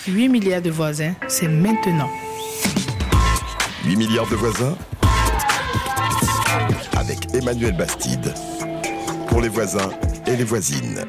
8 milliards de voisins, c'est maintenant. 8 milliards de voisins avec Emmanuel Bastide. Pour les voisins et les voisines.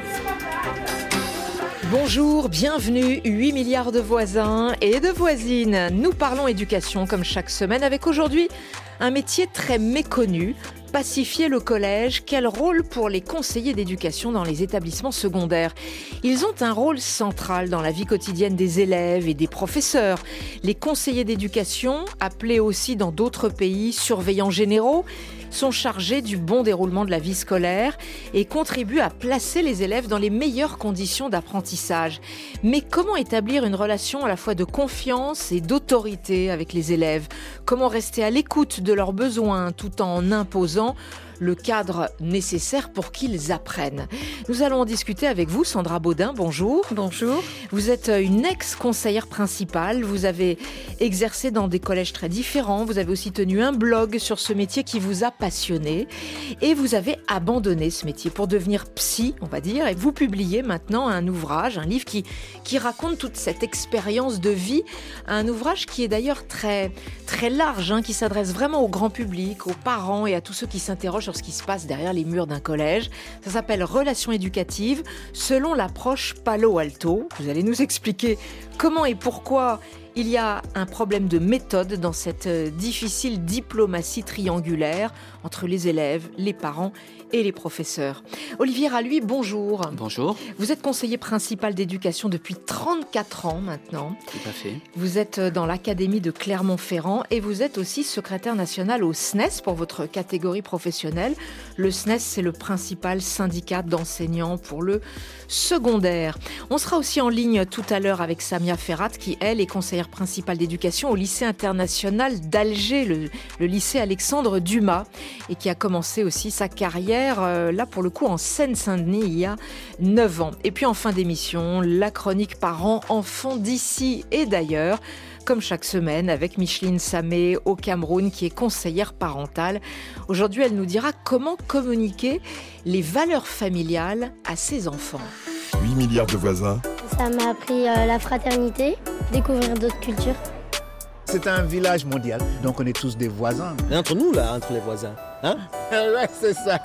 Bonjour, bienvenue, 8 milliards de voisins et de voisines. Nous parlons éducation comme chaque semaine avec aujourd'hui un métier très méconnu. Pacifier le collège, quel rôle pour les conseillers d'éducation dans les établissements secondaires ? Ils ont un rôle central dans la vie quotidienne des élèves et des professeurs. Les conseillers d'éducation, appelés aussi dans d'autres pays surveillants généraux, sont chargés du bon déroulement de la vie scolaire et contribuent à placer les élèves dans les meilleures conditions d'apprentissage. Mais comment établir une relation à la fois de confiance et d'autorité avec les élèves ? Comment rester à l'écoute de leurs besoins tout en imposant le cadre nécessaire pour qu'ils apprennent. Nous allons en discuter avec vous, Sandra Baudin. Bonjour. Bonjour. Vous êtes une ex-conseillère principale. Vous avez exercé dans des collèges très différents. Vous avez aussi tenu un blog sur ce métier qui vous a passionné. Et vous avez abandonné ce métier pour devenir psy, on va dire. Et vous publiez maintenant un ouvrage, un livre qui raconte toute cette expérience de vie. Un ouvrage qui est d'ailleurs très, très large, qui s'adresse vraiment au grand public, aux parents et à tous ceux qui s'interrogent sur ce qui se passe derrière les murs d'un collège. Ça s'appelle Relations éducatives selon l'approche Palo Alto. Vous allez nous expliquer comment et pourquoi il y a un problème de méthode dans cette difficile diplomatie triangulaire entre les élèves, les parents et les professeurs. Olivier Raluy, bonjour. Bonjour. Vous êtes conseiller principal d'éducation depuis 34 ans maintenant. Tout à fait. Vous êtes dans l'académie de Clermont-Ferrand et vous êtes aussi secrétaire national au SNES pour votre catégorie professionnelle. Le SNES, c'est le principal syndicat d'enseignants pour le secondaire. On sera aussi en ligne tout à l'heure avec Samia Ferrat qui, elle, est conseillère principale d'éducation au lycée international d'Alger, le lycée Alexandre Dumas, et qui a commencé aussi sa carrière là pour le coup en Seine-Saint-Denis il y a 9 ans. Et puis en fin d'émission, la chronique parents-enfants d'ici et d'ailleurs, comme chaque semaine avec Micheline Samé au Cameroun qui est conseillère parentale. Aujourd'hui, elle nous dira comment communiquer les valeurs familiales à ses enfants. 8 milliards de voisins. Ça m'a appris la fraternité, découvrir d'autres cultures. C'est un village mondial, donc on est tous des voisins. Et entre nous, là, entre les voisins, hein ? Ouais, c'est ça.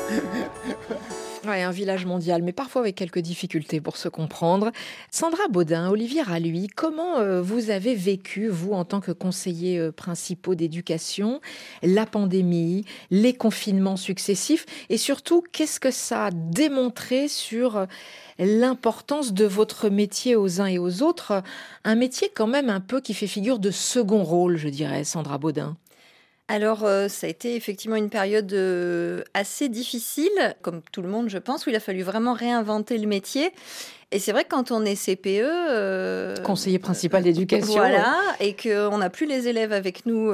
Ouais, un village mondial, mais parfois avec quelques difficultés pour se comprendre. Sandra Baudin, Olivier Raluy, comment vous avez vécu, vous, en tant que conseiller principaux d'éducation, la pandémie, les confinements successifs, et surtout, qu'est-ce que ça a démontré sur l'importance de votre métier aux uns et aux autres, un métier quand même un peu qui fait figure de second rôle, je dirais, Sandra Baudin. Alors, ça a été effectivement une période assez difficile, comme tout le monde, je pense, où il a fallu vraiment réinventer le métier. Et c'est vrai que quand on est CPE... conseiller principal d'éducation. Voilà, et qu'on n'a plus les élèves avec nous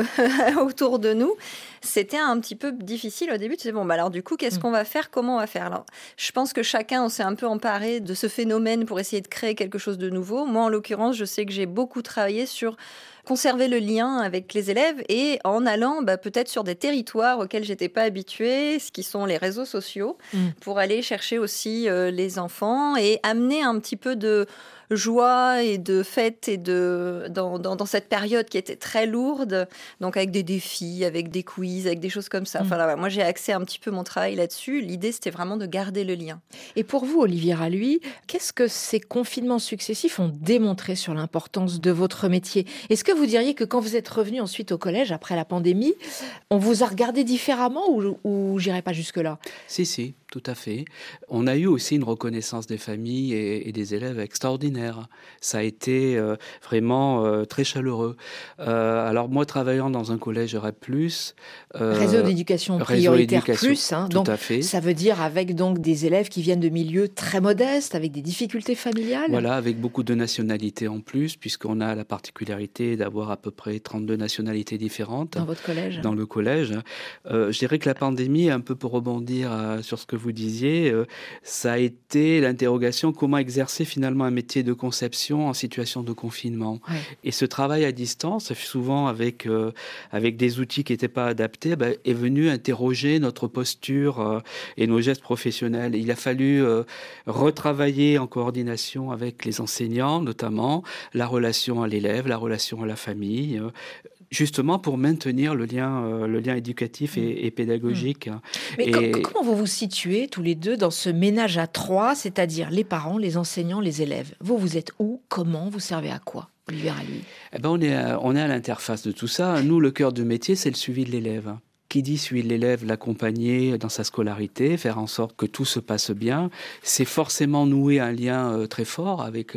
autour de nous, c'était un petit peu difficile au début. Tu sais, bon, bah alors du coup, qu'est-ce qu'on va faire ? Comment on va faire ? Alors, je pense que chacun, on s'est un peu emparé de ce phénomène pour essayer de créer quelque chose de nouveau. Moi, en l'occurrence, je sais que j'ai beaucoup travaillé sur conserver le lien avec les élèves et en allant peut-être sur des territoires auxquels j'étais pas habituée, ce qui sont les réseaux sociaux, pour aller chercher aussi les enfants et amener un petit peu de joie et de fête et dans cette période qui était très lourde, donc avec des défis, avec des quiz, avec des choses comme ça. Enfin, là, moi, j'ai axé un petit peu mon travail là-dessus. L'idée, c'était vraiment de garder le lien. Et pour vous, Olivier Raluy, qu'est-ce que ces confinements successifs ont démontré sur l'importance de votre métier ? Est-ce que vous diriez que quand vous êtes revenu ensuite au collège, après la pandémie, on vous a regardé différemment ou j'irai pas jusque-là ? Si, tout à fait. On a eu aussi une reconnaissance des familles et des élèves extraordinaire. Ça a été vraiment très chaleureux. Alors moi, travaillant dans un collège REP+, réseau d'éducation prioritaire plus, tout à fait. Ça veut dire avec donc des élèves qui viennent de milieux très modestes, avec des difficultés familiales. Voilà, avec beaucoup de nationalités en plus, puisqu'on a la particularité d'avoir à peu près 32 nationalités différentes. Dans votre collège ? Dans le collège. Je dirais que la pandémie, un peu pour rebondir sur ce que vous disiez, ça a été l'interrogation comment exercer finalement un métier de conception en situation de confinement. Ouais. Et ce travail à distance, souvent avec des outils qui n'étaient pas adaptés, est venu interroger notre posture et nos gestes professionnels. Il a fallu retravailler en coordination avec les enseignants, notamment, la relation à l'élève, la relation à la famille, justement pour maintenir le lien éducatif et pédagogique. Mais comment vous vous situez tous les deux dans ce ménage à trois, c'est-à-dire les parents, les enseignants, les élèves? Vous êtes où? Comment? Vous servez à quoi? Olivier Ralluy. On est à l'interface de tout ça. Nous, le cœur de métier, c'est le suivi de l'élève. Qui dit suivre l'élève, l'accompagner dans sa scolarité, faire en sorte que tout se passe bien, c'est forcément nouer un lien très fort avec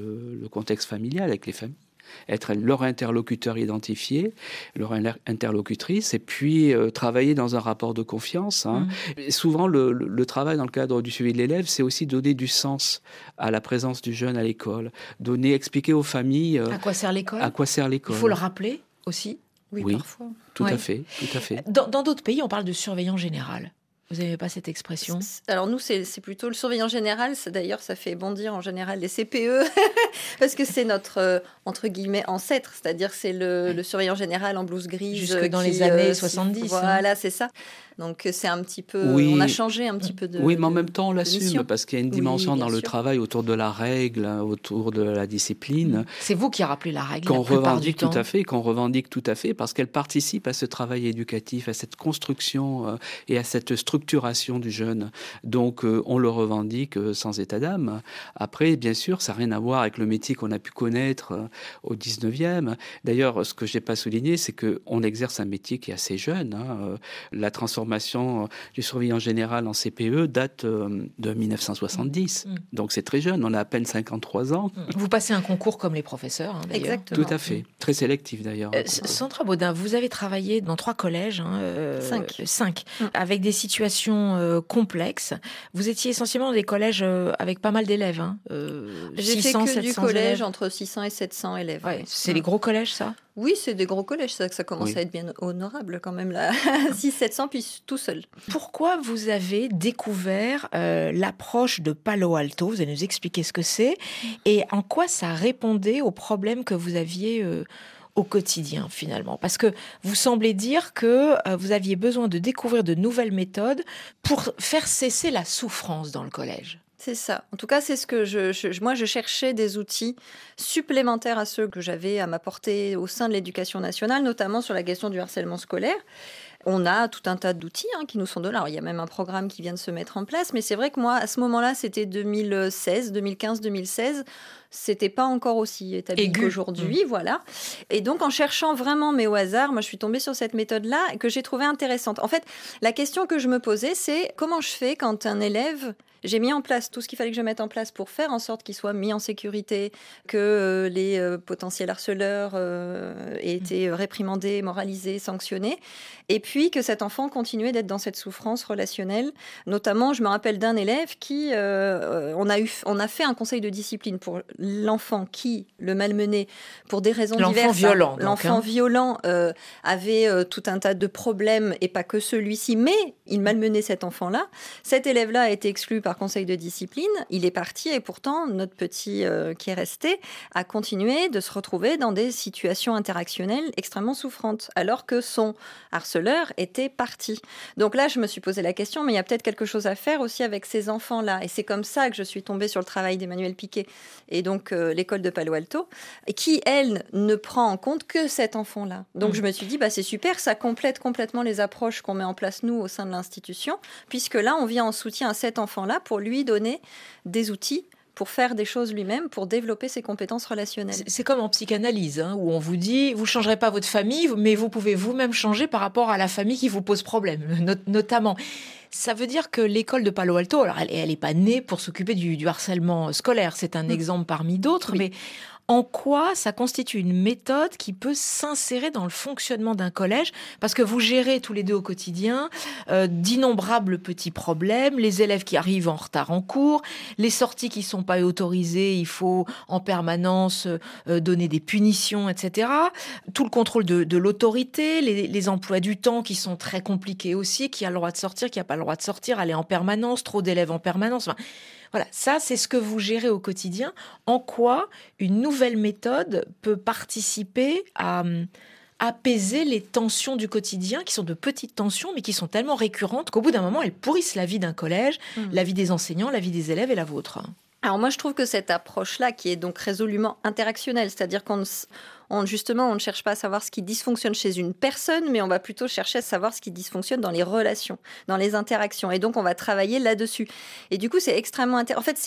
le contexte familial, avec les familles. Être leur interlocuteur identifié, leur interlocutrice, et puis travailler dans un rapport de confiance. Et souvent, le travail dans le cadre du suivi de l'élève, c'est aussi donner du sens à la présence du jeune à l'école, expliquer aux familles... à quoi sert l'école? À quoi sert l'école. Il faut le rappeler aussi. Oui, parfois. Tout à fait. Dans d'autres pays, on parle de surveillant général. Vous n'avez pas cette expression? Alors nous, c'est plutôt le surveillant général. D'ailleurs, ça fait bondir en général les CPE parce que c'est notre, entre guillemets, ancêtre. C'est-à-dire c'est le surveillant général en blouse grise. Jusque dans les années 70. Voilà, c'est ça. Donc c'est un petit peu... Oui. On a changé un petit peu de... Oui, mais en même temps, on l'assume parce qu'il y a une dimension dans le sûr. travail autour de la règle, autour de la discipline. C'est vous qui rappelez la règle Qu'on la plupart revendique du temps. qu'on revendique tout à fait, parce qu'elle participe à ce travail éducatif, à cette construction et à cette structuration du jeune. Donc, on le revendique sans état d'âme. Après, bien sûr, ça n'a rien à voir avec le métier qu'on a pu connaître au 19e. D'ailleurs, ce que je n'ai pas souligné, c'est qu'on exerce un métier qui est assez jeune. La transformation du surveillant général en CPE date de 1970. Donc, c'est très jeune. On a à peine 53 ans. Vous passez un concours comme les professeurs, d'ailleurs. Exactement. Tout à fait. Très sélectif, d'ailleurs. Sandra Baudin, vous avez travaillé dans 3 collèges, 5, avec des situations complexes. Vous étiez essentiellement dans des collèges avec pas mal d'élèves. J'ai 600, fait que du 700 collège élèves. entre 600 et 700 élèves. Ouais, c'est les gros collèges, ça? Oui, c'est des gros collèges, ça commence à être bien honorable quand même, là. 600-700, puis tout seul. Pourquoi vous avez découvert l'approche de Palo Alto? Vous allez nous expliquer ce que c'est et en quoi ça répondait aux problèmes que vous aviez au quotidien, finalement. Parce que vous semblez dire que vous aviez besoin de découvrir de nouvelles méthodes pour faire cesser la souffrance dans le collège. C'est ça. En tout cas, c'est ce que moi, je cherchais des outils supplémentaires à ceux que j'avais à m'apporter au sein de l'éducation nationale, notamment sur la question du harcèlement scolaire. On a tout un tas d'outils qui nous sont donnés. Alors, il y a même un programme qui vient de se mettre en place, mais c'est vrai que moi, à ce moment-là, c'était 2016, 2015, 2016. C'était pas encore aussi établi qu'aujourd'hui, voilà. Et donc, en cherchant vraiment, mais au hasard, moi, je suis tombée sur cette méthode-là que j'ai trouvée intéressante. En fait, la question que je me posais, c'est comment je fais quand un élève... J'ai mis en place tout ce qu'il fallait que je mette en place pour faire en sorte qu'il soit mis en sécurité, que les potentiels harceleurs aient été réprimandés, moralisés, sanctionnés, et puis que cet enfant continuait d'être dans cette souffrance relationnelle. Notamment, je me rappelle d'un élève qui... on a fait un conseil de discipline pour l'enfant qui le malmenait pour des raisons diverses. L'enfant violent. L'enfant violent avait tout un tas de problèmes, et pas que celui-ci, mais il malmenait cet enfant-là. Cet élève-là a été exclu par conseil de discipline, il est parti et pourtant notre petit qui est resté a continué de se retrouver dans des situations interactionnelles extrêmement souffrantes alors que son harceleur était parti. Donc là je me suis posé la question, mais il y a peut-être quelque chose à faire aussi avec ces enfants-là, et c'est comme ça que je suis tombée sur le travail d'Emmanuel Piquet et donc l'école de Palo Alto, qui elle ne prend en compte que cet enfant-là. Donc je me suis dit c'est super, ça complète complètement les approches qu'on met en place nous au sein de l'institution, puisque là on vient en soutien à cet enfant-là pour lui donner des outils pour faire des choses lui-même, pour développer ses compétences relationnelles. C'est comme en psychanalyse, où on vous dit, vous ne changerez pas votre famille, mais vous pouvez vous-même changer par rapport à la famille qui vous pose problème, notamment. Ça veut dire que l'école de Palo Alto, alors elle n'est pas née pour s'occuper du harcèlement scolaire, c'est un exemple parmi d'autres, mais en quoi ça constitue une méthode qui peut s'insérer dans le fonctionnement d'un collège? Parce que vous gérez tous les deux au quotidien d'innombrables petits problèmes, les élèves qui arrivent en retard en cours, les sorties qui ne sont pas autorisées, il faut en permanence donner des punitions, etc. Tout le contrôle de l'autorité, les emplois du temps qui sont très compliqués aussi, qui a le droit de sortir, qui n'a pas le droit de sortir, aller en permanence, trop d'élèves en permanence. Enfin, voilà, ça, c'est ce que vous gérez au quotidien. En quoi une nouvelle méthode peut participer à apaiser les tensions du quotidien, qui sont de petites tensions, mais qui sont tellement récurrentes qu'au bout d'un moment, elles pourrissent la vie d'un collège, la vie des enseignants, la vie des élèves et la vôtre. Alors moi, je trouve que cette approche-là, qui est donc résolument interactionnelle, c'est-à-dire justement, on ne cherche pas à savoir ce qui dysfonctionne chez une personne, mais on va plutôt chercher à savoir ce qui dysfonctionne dans les relations, dans les interactions. Et donc, on va travailler là-dessus. Et du coup, c'est extrêmement intéressant. En fait,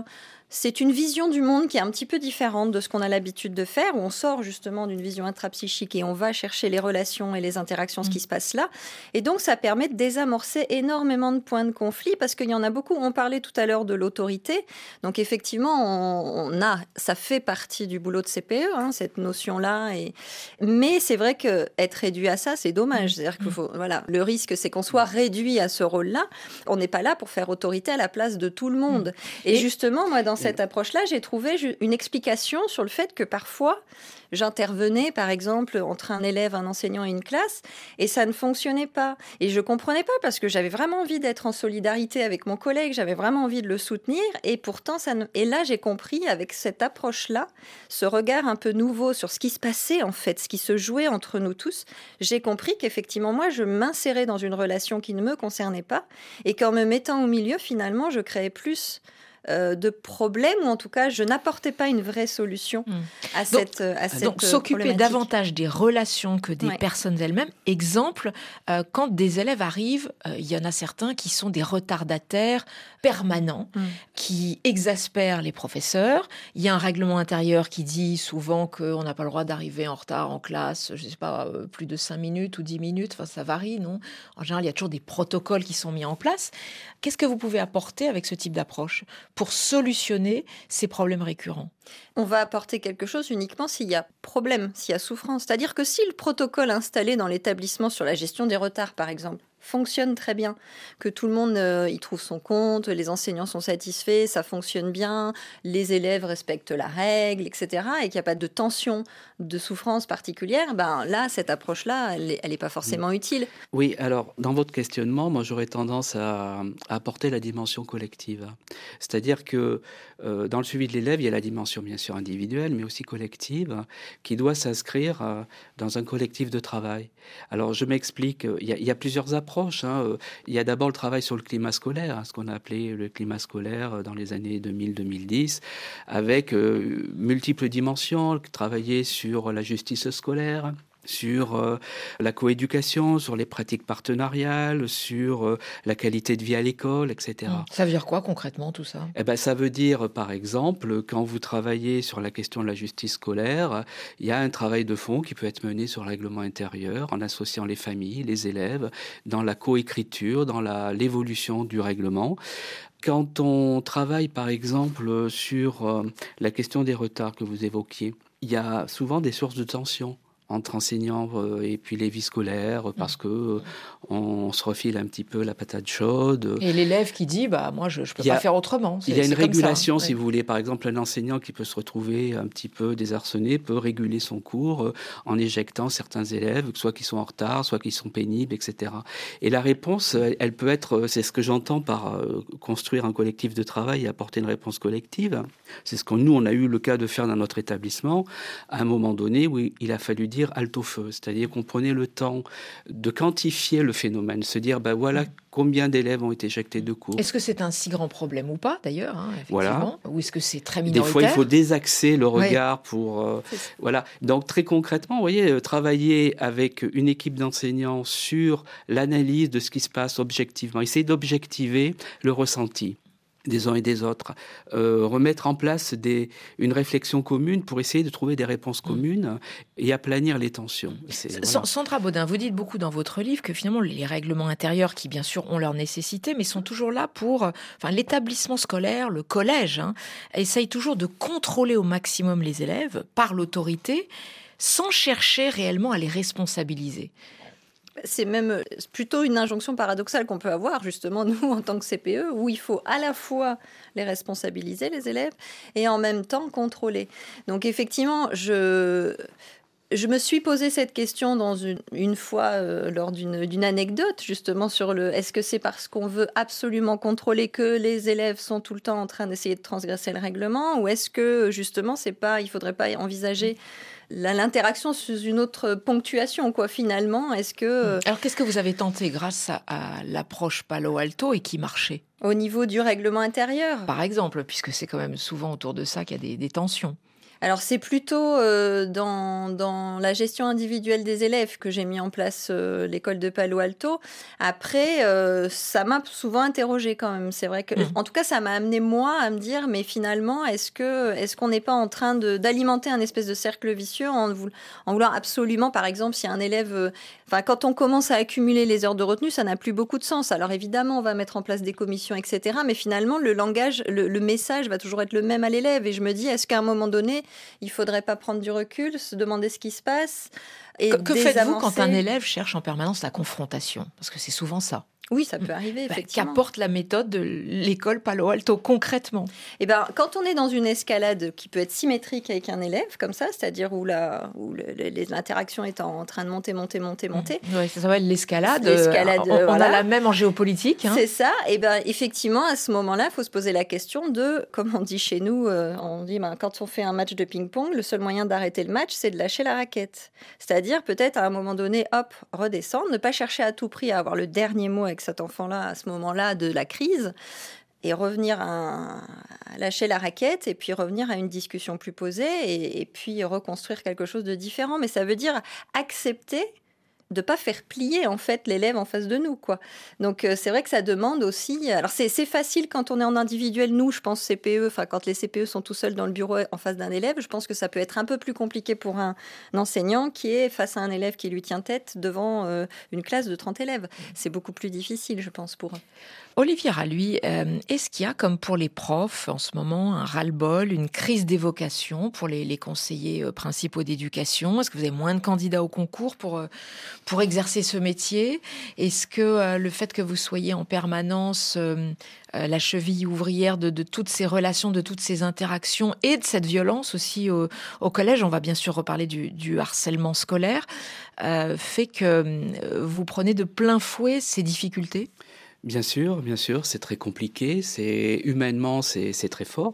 c'est une vision du monde qui est un petit peu différente de ce qu'on a l'habitude de faire, où on sort justement d'une vision intrapsychique et on va chercher les relations et les interactions, ce qui se passe là. Et donc, ça permet de désamorcer énormément de points de conflit, parce qu'il y en a beaucoup. On parlait tout à l'heure de l'autorité. Donc, effectivement, ça fait partie du boulot de CPE, cette notion-là. Mais c'est vrai qu'être réduit à ça, c'est dommage. C'est-à-dire que le risque, c'est qu'on soit réduit à ce rôle-là. On n'est pas là pour faire autorité à la place de tout le monde. Et justement, moi, dans cette approche-là, j'ai trouvé une explication sur le fait que parfois, j'intervenais, par exemple, entre un élève, un enseignant et une classe, et ça ne fonctionnait pas. Et je comprenais pas, parce que j'avais vraiment envie d'être en solidarité avec mon collègue, j'avais vraiment envie de le soutenir, et pourtant, Et là, j'ai compris, avec cette approche-là, ce regard un peu nouveau sur ce qui se passait, en fait, ce qui se jouait entre nous tous, j'ai compris qu'effectivement, moi, je m'insérais dans une relation qui ne me concernait pas, et qu'en me mettant au milieu, finalement, je créais plus de problèmes, ou en tout cas, je n'apportais pas une vraie solution à cette donc, s'occuper davantage des relations que des personnes elles-mêmes. Exemple, quand des élèves arrivent, il y en a certains qui sont des retardataires permanents, qui exaspèrent les professeurs. Il y a un règlement intérieur qui dit souvent qu'on n'a pas le droit d'arriver en retard en classe, je ne sais pas, plus de 5 minutes ou 10 minutes, enfin ça varie, non ? En général, il y a toujours des protocoles qui sont mis en place. Qu'est-ce que vous pouvez apporter avec ce type d'approche pour solutionner ces problèmes récurrents ? On va apporter quelque chose uniquement s'il y a problème, s'il y a souffrance. C'est-à-dire que si le protocole installé dans l'établissement sur la gestion des retards, par exemple, fonctionne très bien, que tout le monde y trouve son compte, les enseignants sont satisfaits, ça fonctionne bien, les élèves respectent la règle, etc., et qu'il n'y a pas de tension, de souffrance particulière, là, cette approche-là, elle n'est pas forcément utile. Oui, alors, dans votre questionnement, moi, j'aurais tendance à apporter la dimension collective. C'est-à-dire que dans le suivi de l'élève, il y a la dimension, bien sûr, individuelle, mais aussi collective, qui doit s'inscrire dans un collectif de travail. Alors, je m'explique, il y a plusieurs approches. Il y a d'abord le travail sur le climat scolaire, ce qu'on a appelé le climat scolaire dans les années 2000-2010, avec multiples dimensions, travailler sur la justice scolaire, sur la coéducation, sur les pratiques partenariales, sur la qualité de vie à l'école, etc. Ça veut dire quoi concrètement tout ça ? Ça veut dire, par exemple, quand vous travaillez sur la question de la justice scolaire, il y a un travail de fond qui peut être mené sur le règlement intérieur, en associant les familles, les élèves, dans la coécriture, dans l'évolution du règlement. Quand on travaille, par exemple, sur la question des retards que vous évoquiez, il y a souvent des sources de tension entre enseignants et puis les vies scolaires, parce que on se refile un petit peu la patate chaude. Et l'élève qui dit, moi, je ne peux pas faire autrement. Il y a une régulation, si vous voulez. Par exemple, un enseignant qui peut se retrouver un petit peu désarçonné peut réguler son cours en éjectant certains élèves, soit qui sont en retard, soit qui sont pénibles, etc. Et la réponse, elle peut être, c'est ce que j'entends par construire un collectif de travail et apporter une réponse collective. C'est ce nous, on a eu le cas de faire dans notre établissement, à un moment donné où il a fallu dire halte au feu, c'est-à-dire qu'on prenait le temps de quantifier le phénomène, se dire voilà combien d'élèves ont été éjectés de cours. Est-ce que c'est un si grand problème ou pas d'ailleurs, effectivement, voilà. Ou est-ce que c'est très minoritaire ? Des fois, il faut désaxer le regard pour voilà. Donc très concrètement, vous voyez, travailler avec une équipe d'enseignants sur l'analyse de ce qui se passe objectivement, essayer d'objectiver le ressenti des uns et des autres, remettre en place une réflexion commune pour essayer de trouver des réponses communes et aplanir les tensions. Sandra Baudin, vous dites beaucoup dans votre livre que finalement les règlements intérieurs, qui bien sûr ont leur nécessité, mais sont toujours là pour... l'établissement scolaire, le collège, essaye toujours de contrôler au maximum les élèves par l'autorité, sans chercher réellement à les responsabiliser. C'est même plutôt une injonction paradoxale qu'on peut avoir, justement, nous, en tant que CPE, où il faut à la fois les responsabiliser, les élèves, et en même temps contrôler. Donc, effectivement, Je me suis posé cette question une fois lors d'une anecdote, justement, sur est-ce que c'est parce qu'on veut absolument contrôler que les élèves sont tout le temps en train d'essayer de transgresser le règlement, ou est-ce que, justement, il ne faudrait pas envisager l'interaction sous une autre ponctuation, quoi, finalement. Est-ce que... Alors, qu'est-ce que vous avez tenté grâce à l'approche Palo Alto et qui marchait ? Au niveau du règlement intérieur ? Par exemple, puisque c'est quand même souvent autour de ça qu'il y a des tensions. Alors, c'est plutôt dans la gestion individuelle des élèves que j'ai mis en place l'école de Palo Alto. Après, ça m'a souvent interrogée quand même. C'est vrai que, en tout cas, ça m'a amené moi à me dire, mais finalement, est-ce qu'on n'est pas en train d'alimenter un espèce de cercle vicieux en voulant absolument, par exemple, si un élève... quand on commence à accumuler les heures de retenue, ça n'a plus beaucoup de sens. Alors évidemment, on va mettre en place des commissions, etc. Mais finalement, le langage, le message va toujours être le même à l'élève. Et je me dis, est-ce qu'à un moment donné, il ne faudrait pas prendre du recul, se demander ce qui se passe et que faites-vous quand un élève cherche en permanence la confrontation ? Parce que c'est souvent ça. Oui, ça peut arriver, effectivement. Qu'apporte la méthode de l'école Palo Alto concrètement ? Quand on est dans une escalade qui peut être symétrique avec un élève, comme ça, c'est-à-dire où l'interaction est en train de monter. Oui, ça s'appelle l'escalade. On a la même en géopolitique. C'est ça. Effectivement, à ce moment-là, il faut se poser la question de, comme on dit chez nous, on dit quand on fait un match de ping-pong, le seul moyen d'arrêter le match, c'est de lâcher la raquette. C'est-à-dire peut-être à un moment donné, hop, redescendre, ne pas chercher à tout prix à avoir le dernier mot avec cet enfant-là à ce moment-là de la crise et revenir à lâcher la raquette et puis revenir à une discussion plus posée et puis reconstruire quelque chose de différent. Mais ça veut dire accepter de pas faire plier en fait l'élève en face de nous, quoi. Donc c'est vrai que ça demande aussi. Alors c'est facile quand on est en individuel. Nous, je pense CPE. Quand les CPE sont tout seuls dans le bureau en face d'un élève, je pense que ça peut être un peu plus compliqué pour un enseignant qui est face à un élève qui lui tient tête devant une classe de 30 élèves. C'est beaucoup plus difficile, je pense, pour eux. Olivier Raluy, est-ce qu'il y a, comme pour les profs, en ce moment, un ras-le-bol, une crise d'évocation pour les conseillers principaux d'éducation ? Est-ce que vous avez moins de candidats au concours pour exercer ce métier ? Est-ce que le fait que vous soyez en permanence la cheville ouvrière de toutes ces relations, de toutes ces interactions et de cette violence aussi au collège, on va bien sûr reparler du harcèlement scolaire, fait que vous prenez de plein fouet ces difficultés ? Bien sûr, c'est très compliqué, humainement c'est très fort.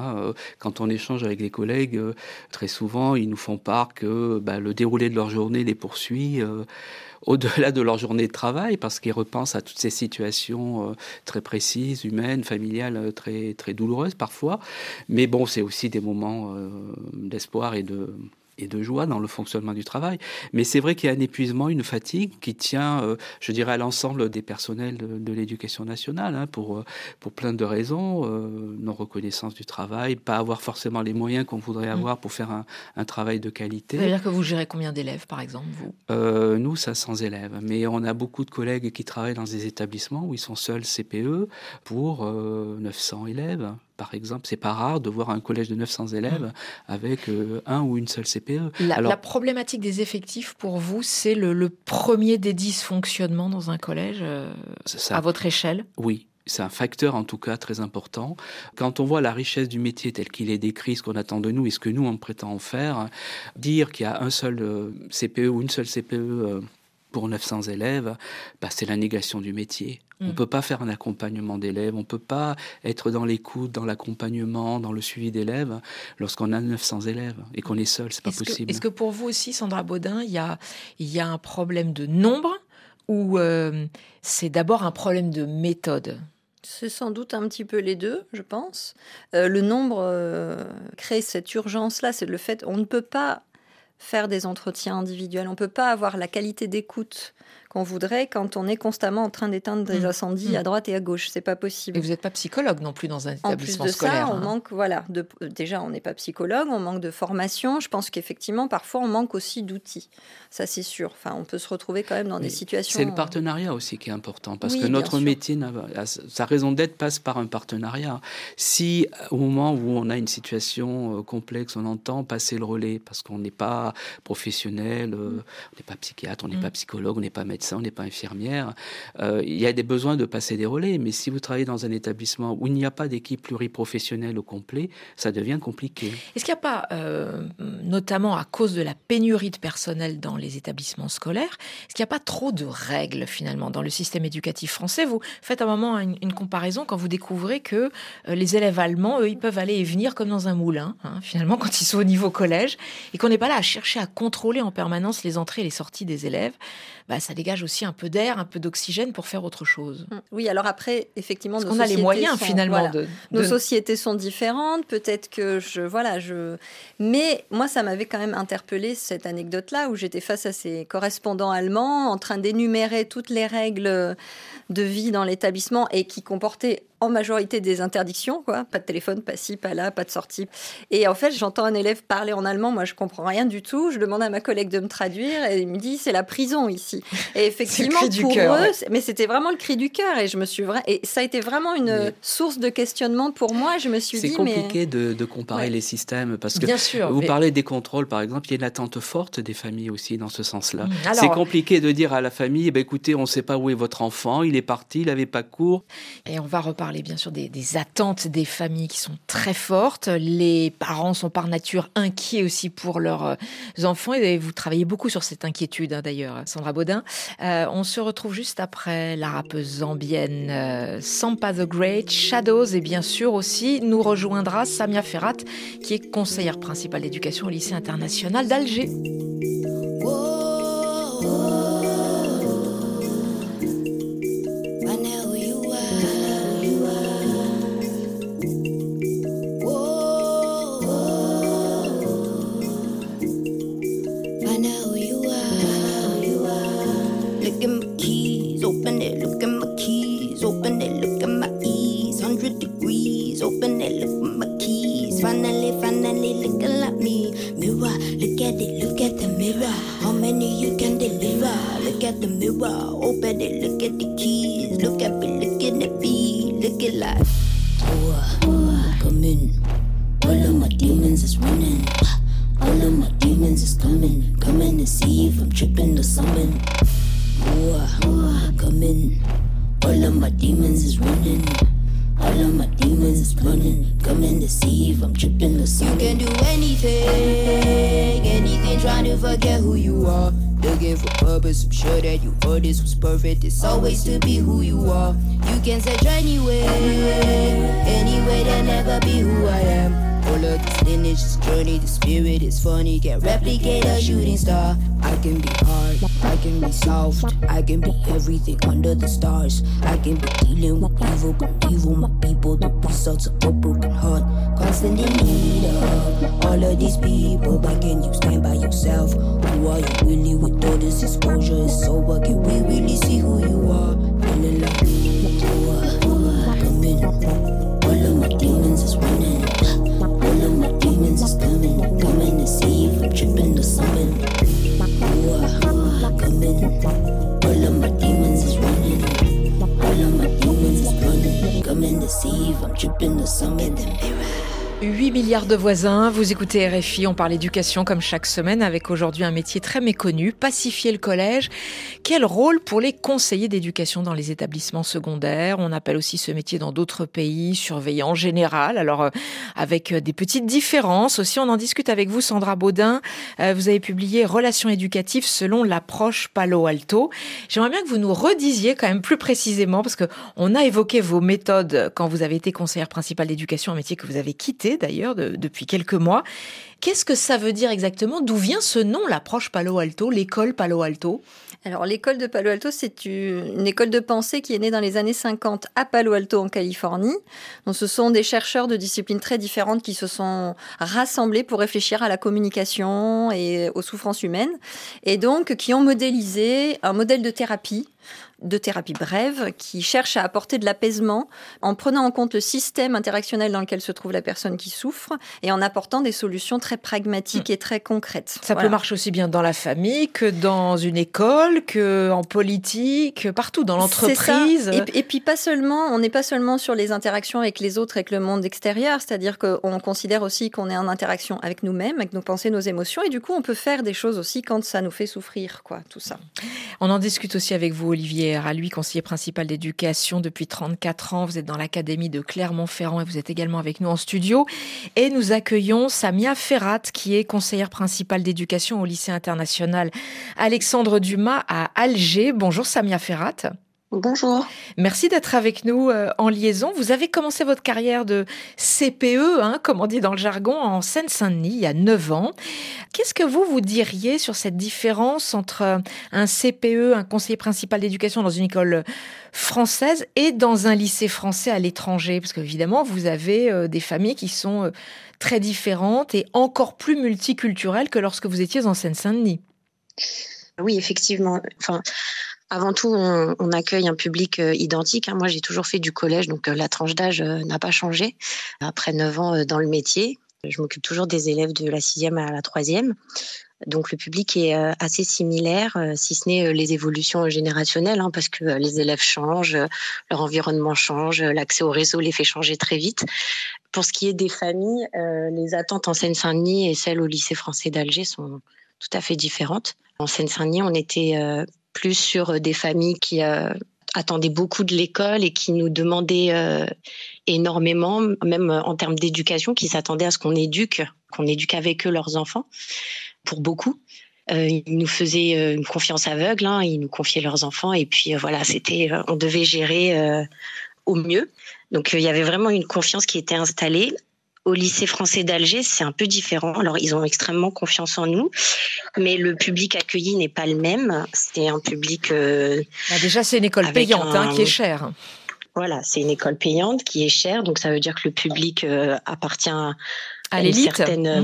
Quand on échange avec les collègues, très souvent ils nous font part que le déroulé de leur journée les poursuit au-delà de leur journée de travail, parce qu'ils repensent à toutes ces situations très précises, humaines, familiales, très, très douloureuses parfois. Mais bon, c'est aussi des moments d'espoir et de joie dans le fonctionnement du travail. Mais c'est vrai qu'il y a un épuisement, une fatigue qui tient, je dirais, à l'ensemble des personnels de l'éducation nationale, pour plein de raisons, non-reconnaissance du travail, pas avoir forcément les moyens qu'on voudrait avoir pour faire un travail de qualité. Ça veut dire que vous gérez combien d'élèves, par exemple, vous ? Nous, 500 élèves. Mais on a beaucoup de collègues qui travaillent dans des établissements où ils sont seuls CPE pour 900 élèves. Par exemple, c'est pas rare de voir un collège de 900 élèves avec un ou une seule CPE. La problématique des effectifs, pour vous, c'est le premier des dysfonctionnements dans un collège à votre échelle ? Oui. C'est un facteur en tout cas très important. Quand on voit la richesse du métier tel qu'il est décrit, ce qu'on attend de nous et ce que nous on prétend en faire, dire qu'il y a un seul CPE ou une seule CPE pour 900 élèves, c'est la négation du métier. On ne peut pas faire un accompagnement d'élèves, on ne peut pas être dans l'écoute, dans l'accompagnement, dans le suivi d'élèves lorsqu'on a 900 élèves et qu'on est seul, c'est pas possible. Est-ce que pour vous aussi, Sandra Baudin, il y a un problème de nombre ou c'est d'abord un problème de méthode ? C'est sans doute un petit peu les deux, je pense. Le nombre crée cette urgence-là, c'est le fait on ne peut pas faire des entretiens individuels, on ne peut pas avoir la qualité d'écoute qu'on voudrait quand on est constamment en train d'éteindre des incendies à droite et à gauche. C'est pas possible. Et vous n'êtes pas psychologue non plus dans un établissement scolaire. En plus de ça, on manque, déjà, on n'est pas psychologue, on manque de formation. Je pense qu'effectivement, parfois, on manque aussi d'outils. Ça, c'est sûr. Enfin, on peut se retrouver quand même dans des situations... C'est le partenariat aussi qui est important, parce que notre métier, sa raison d'être passe par un partenariat. Si, au moment où on a une situation complexe, on entend passer le relais, parce qu'on n'est pas pas professionnel, on n'est pas psychiatre, on n'est pas psychologue, on n'est pas médecin, on n'est pas infirmière. Il y a des besoins de passer des relais, mais si vous travaillez dans un établissement où il n'y a pas d'équipe pluriprofessionnelle au complet, ça devient compliqué. Est-ce qu'il n'y a pas, notamment à cause de la pénurie de personnel dans les établissements scolaires, est-ce qu'il n'y a pas trop de règles finalement dans le système éducatif français? Vous faites à un moment une comparaison quand vous découvrez que les élèves allemands, eux, ils peuvent aller et venir comme dans un moulin, finalement, quand ils sont au niveau collège, et qu'on n'est pas là à chercher à contrôler en permanence les entrées et les sorties des élèves. Ça dégage aussi un peu d'air, un peu d'oxygène pour faire autre chose. Oui, alors après, effectivement, parce qu'on a les moyens finalement. Nos sociétés sont différentes, peut-être que Mais moi, ça m'avait quand même interpellée, cette anecdote-là, où j'étais face à ces correspondants allemands en train d'énumérer toutes les règles de vie dans l'établissement et qui comportaient en majorité des interdictions, quoi. Pas de téléphone, pas ci, pas là, pas de sortie. Et en fait, j'entends un élève parler en allemand, moi je comprends rien du tout, je demande à ma collègue de me traduire et il me dit c'est la prison ici. Et effectivement, pour eux, mais c'était vraiment le cri du cœur et et ça a été vraiment une source de questionnement pour moi. Je me suis dit, c'est compliqué de comparer les systèmes parce que bien sûr, vous parlez des contrôles, par exemple, il y a une attente forte des familles aussi dans ce sens-là. Alors, c'est compliqué de dire à la famille, écoutez, on ne sait pas où est votre enfant, il est parti, il n'avait pas cours. Et on va reparler bien sûr des attentes des familles qui sont très fortes. Les parents sont par nature inquiets aussi pour leurs enfants et vous travaillez beaucoup sur cette inquiétude d'ailleurs, Sandra Baudin. On se retrouve juste après la rappeuse zambienne Sampa the Great, Shadows, et bien sûr aussi nous rejoindra Samia Ferrat qui est conseillère principale d'éducation au lycée international d'Alger. Open it, look at my keys. Open it, look at my ease. 100 degrees. Open it, look at my keys. Finally, looking like me. Mirror, look at the mirror. How many you can deliver? Look at the mirror. Open it, look at the keys. Look at me, looking at me. Looking like, come in. All of my demons is running. All of my demons is coming. Coming to see if I'm tripping or something. Come in. All of my demons is running. All of my demons is running. Coming to see if I'm tripping or something. You can do anything, trying to forget who you are. Looking for purpose, I'm sure that you heard this was perfect. It's always to be who you are. You can search anywhere to never be who I am. All of this lineage, this journey, the spirit is funny. Can't replicate a shooting star. I can be hard, I can be soft, I can be everything under the stars. I can be dealing with evil, but evil my people. The results of a broken heart. Constantly need of all of these people. But can you stand by yourself? Who are you really with all this exposure? It's over, can we really see who you are? Feeling like, come in. All of my demons is running. All of my demons is coming. Coming to see if I'm tripping or something. Come in. All of my demons is running. All of my demons is running. Coming to see if I'm tripping or something. 8 milliards de voisins, vous écoutez RFI, on parle éducation comme chaque semaine avec aujourd'hui un métier très méconnu, pacifier le collège. Quel rôle pour les conseillers d'éducation dans les établissements secondaires? On appelle aussi ce métier dans d'autres pays surveillant général, alors avec des petites différences aussi. On en discute avec vous, Sandra Baudin. Vous avez publié Relations éducatives selon l'approche Palo Alto. J'aimerais bien que vous nous redisiez quand même plus précisément, parce qu'on a évoqué vos méthodes quand vous avez été conseillère principale d'éducation, un métier que vous avez quitté d'ailleurs depuis quelques mois. Qu'est-ce que ça veut dire exactement? D'où vient ce nom, l'approche Palo Alto, l'école Palo Alto? Alors, l'école de Palo Alto, c'est une école de pensée qui est née dans les années 50 à Palo Alto, en Californie. Donc, ce sont des chercheurs de disciplines très différentes qui se sont rassemblés pour réfléchir à la communication et aux souffrances humaines. Et donc, qui ont modélisé un modèle de thérapie brève qui cherche à apporter de l'apaisement en prenant en compte le système interactionnel dans lequel se trouve la personne qui souffre et en apportant des solutions très très pragmatique et très concrète. Ça peut marcher aussi bien dans la famille que dans une école, que en politique, partout, dans l'entreprise. Et puis pas seulement, on n'est pas seulement sur les interactions avec les autres, avec le monde extérieur, c'est-à-dire qu'on considère aussi qu'on est en interaction avec nous-mêmes, avec nos pensées, nos émotions, et du coup on peut faire des choses aussi quand ça nous fait souffrir, quoi, tout ça. On en discute aussi avec vous, Olivier Ralui, conseiller principal d'éducation depuis 34 ans. Vous êtes dans l'académie de Clermont-Ferrand et vous êtes également avec nous en studio. Et nous accueillons Samia Ferrat, qui est conseillère principale d'éducation au lycée international Alexandre Dumas à Alger. Bonjour Samia Ferrat. Bonjour. Merci d'être avec nous en liaison. Vous avez commencé votre carrière de CPE, comme on dit dans le jargon, en Seine-Saint-Denis, il y a 9 ans. Qu'est-ce que vous diriez sur cette différence entre un CPE, un conseiller principal d'éducation dans une école française et dans un lycée français à l'étranger? Parce qu'évidemment, vous avez des familles qui sont très différentes et encore plus multiculturelles que lorsque vous étiez en Seine-Saint-Denis. Oui, effectivement. Avant tout, on accueille un public identique. Moi, j'ai toujours fait du collège, donc la tranche d'âge n'a pas changé. Après 9 ans dans le métier, je m'occupe toujours des élèves de la 6e à la 3e. Donc le public est assez similaire, si ce n'est les évolutions générationnelles, parce que les élèves changent, leur environnement change, l'accès au réseau les fait changer très vite. Pour ce qui est des familles, les attentes en Seine-Saint-Denis et celles au lycée français d'Alger sont tout à fait différentes. En Seine-Saint-Denis, on était plus sur des familles qui attendaient beaucoup de l'école et qui nous demandaient énormément, même en termes d'éducation, qui s'attendaient à ce qu'on éduque avec eux leurs enfants, pour beaucoup. Ils nous faisaient une confiance aveugle, ils nous confiaient leurs enfants et puis on devait gérer au mieux. Donc il y avait vraiment une confiance qui était installée. Au lycée français d'Alger, c'est un peu différent. Alors, ils ont extrêmement confiance en nous, mais le public accueilli n'est pas le même. C'est un public... déjà, c'est une école payante qui est chère. Voilà, c'est une école payante qui est chère. Donc, ça veut dire que le public appartient à l'élite.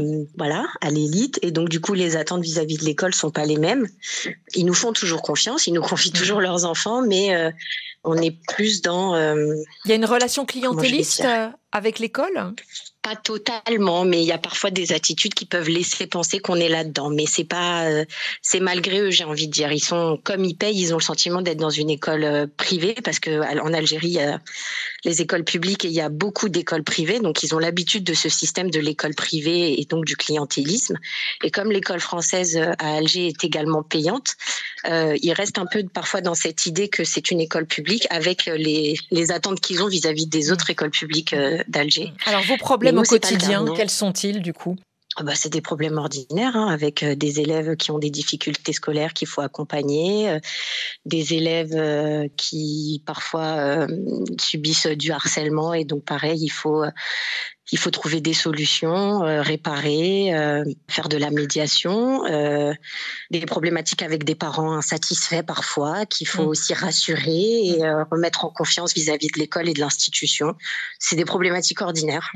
À l'élite. Et donc, du coup, les attentes vis-à-vis de l'école sont pas les mêmes. Ils nous font toujours confiance, ils nous confient toujours leurs enfants, mais on est plus dans... Il y a une relation clientéliste avec l'école ? Pas totalement, mais il y a parfois des attitudes qui peuvent laisser penser qu'on est là-dedans. Mais c'est pas, c'est malgré eux, j'ai envie de dire. Comme ils payent, ils ont le sentiment d'être dans une école privée, parce que en Algérie, il y a les écoles publiques et il y a beaucoup d'écoles privées, donc ils ont l'habitude de ce système de l'école privée et donc du clientélisme. Et comme l'école française à Alger est également payante, ils restent un peu parfois dans cette idée que c'est une école publique avec les attentes qu'ils ont vis-à-vis des autres écoles publiques d'Alger. Alors vos problèmes au quotidien, quels sont-ils du coup ? C'est des problèmes ordinaires, avec des élèves qui ont des difficultés scolaires qu'il faut accompagner, des élèves qui parfois subissent du harcèlement et donc pareil, il faut trouver des solutions, réparer, faire de la médiation, des problématiques avec des parents insatisfaits parfois, qu'il faut aussi rassurer et remettre en confiance vis-à-vis de l'école et de l'institution. C'est des problématiques ordinaires.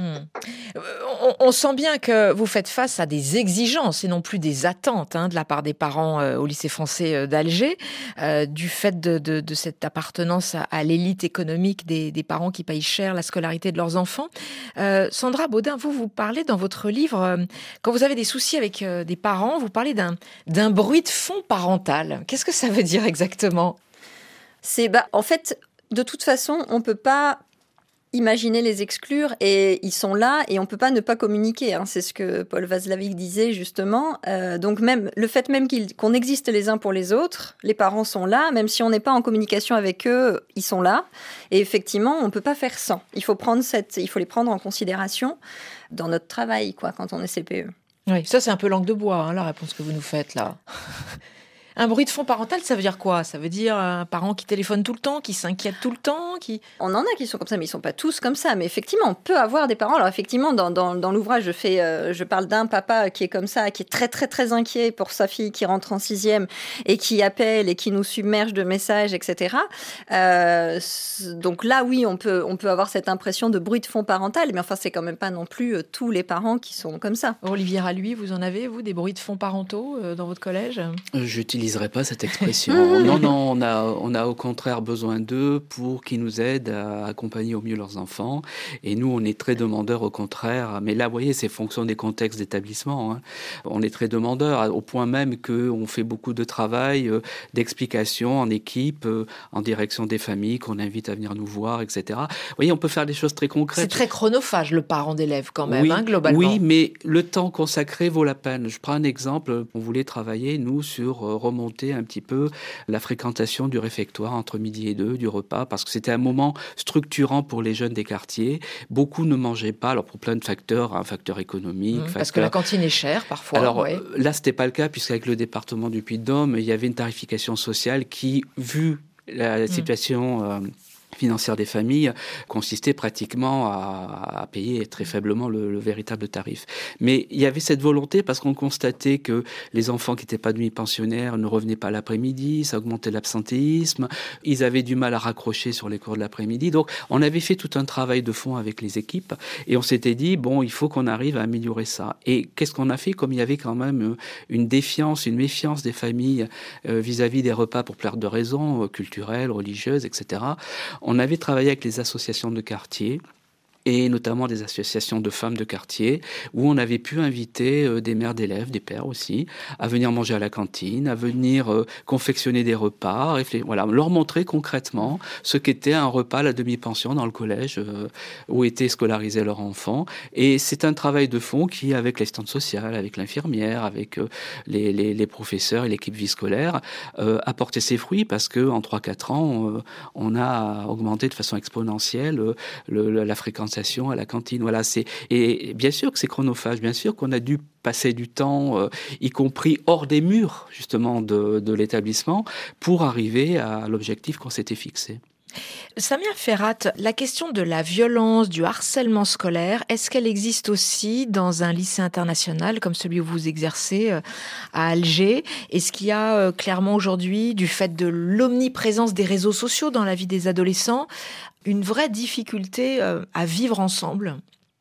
On sent bien que vous faites face à des exigences et non plus des attentes de la part des parents au lycée français d'Alger, du fait de cette appartenance à l'élite économique des parents qui payent cher la scolarité de leurs enfants. Sandra Baudin, vous parlez dans votre livre, quand vous avez des soucis avec des parents, vous parlez d'un bruit de fond parental. Qu'est-ce que ça veut dire exactement ? En fait, de toute façon, on ne peut pas imaginer les exclure et ils sont là et on peut pas ne pas communiquer. C'est ce que Paul Václavic disait justement. Donc même le fait même qu'on existe les uns pour les autres, les parents sont là, même si on n'est pas en communication avec eux, ils sont là. Et effectivement, on peut pas faire sans. Il faut les prendre en considération dans notre travail, quand on est CPE. Oui, ça c'est un peu langue de bois, la réponse que vous nous faites là. Un bruit de fond parental, ça veut dire quoi ? Ça veut dire un parent qui téléphone tout le temps, qui s'inquiète tout le temps, On en a qui sont comme ça, mais ils ne sont pas tous comme ça. Mais effectivement, on peut avoir des parents. Alors effectivement, dans l'ouvrage, je parle d'un papa qui est comme ça, qui est très très très inquiet pour sa fille qui rentre en 6e et qui appelle et qui nous submerge de messages, etc. Donc là, oui, on peut avoir cette impression de bruit de fond parental, mais enfin, c'est quand même pas non plus tous les parents qui sont comme ça. Olivier Ralui, vous en avez, vous, des bruits de fond parentaux dans votre collège ? J'utilise n'utiliserai pas cette expression. Non, on a au contraire besoin d'eux pour qu'ils nous aident à accompagner au mieux leurs enfants. Et nous, on est très demandeurs au contraire. Mais là, vous voyez, c'est fonction des contextes d'établissement. On est très demandeurs, au point même qu'on fait beaucoup de travail, d'explication en équipe, en direction des familles, qu'on invite à venir nous voir, etc. Vous voyez, on peut faire des choses très concrètes. C'est très chronophage, le parent d'élève, quand même, globalement. Oui, mais le temps consacré vaut la peine. Je prends un exemple. On voulait travailler, nous, sur remonter un petit peu la fréquentation du réfectoire entre midi et 2, du repas, parce que c'était un moment structurant pour les jeunes des quartiers. Beaucoup ne mangeaient pas, alors pour plein de facteurs, un facteur économique. Parce que la cantine est chère, parfois. Alors là, c'était pas le cas, puisqu'avec le département du Puy-de-Dôme, il y avait une tarification sociale qui, vu la situation financière des familles, consistait pratiquement à payer très faiblement le véritable tarif. Mais il y avait cette volonté parce qu'on constatait que les enfants qui n'étaient pas demi-pensionnaires ne revenaient pas l'après-midi, ça augmentait l'absentéisme, ils avaient du mal à raccrocher sur les cours de l'après-midi. Donc on avait fait tout un travail de fond avec les équipes et on s'était dit, bon, il faut qu'on arrive à améliorer ça. Et qu'est-ce qu'on a fait? Comme il y avait quand même une défiance, une méfiance des familles vis-à-vis des repas pour plein de raisons culturelles, religieuses, etc., on avait travaillé avec les associations de quartier et notamment des associations de femmes de quartier, où on avait pu inviter des mères d'élèves, des pères aussi, à venir manger à la cantine, à venir confectionner des repas, voilà, leur montrer concrètement ce qu'était un repas à la demi-pension dans le collège où étaient scolarisés leurs enfants. Et c'est un travail de fond qui, avec l'assistante sociale, avec l'infirmière, avec les professeurs et l'équipe vie scolaire, a porté ses fruits parce qu'en 3-4 ans, on a augmenté de façon exponentielle la fréquence à la cantine. Voilà, et bien sûr que c'est chronophage, bien sûr qu'on a dû passer du temps, y compris hors des murs, justement, de l'établissement, pour arriver à l'objectif qu'on s'était fixé. Samia Ferhat, la question de la violence, du harcèlement scolaire, est-ce qu'elle existe aussi dans un lycée international comme celui où vous exercez à Alger? Est-ce qu'il y a clairement aujourd'hui, du fait de l'omniprésence des réseaux sociaux dans la vie des adolescents, une vraie difficulté à vivre ensemble?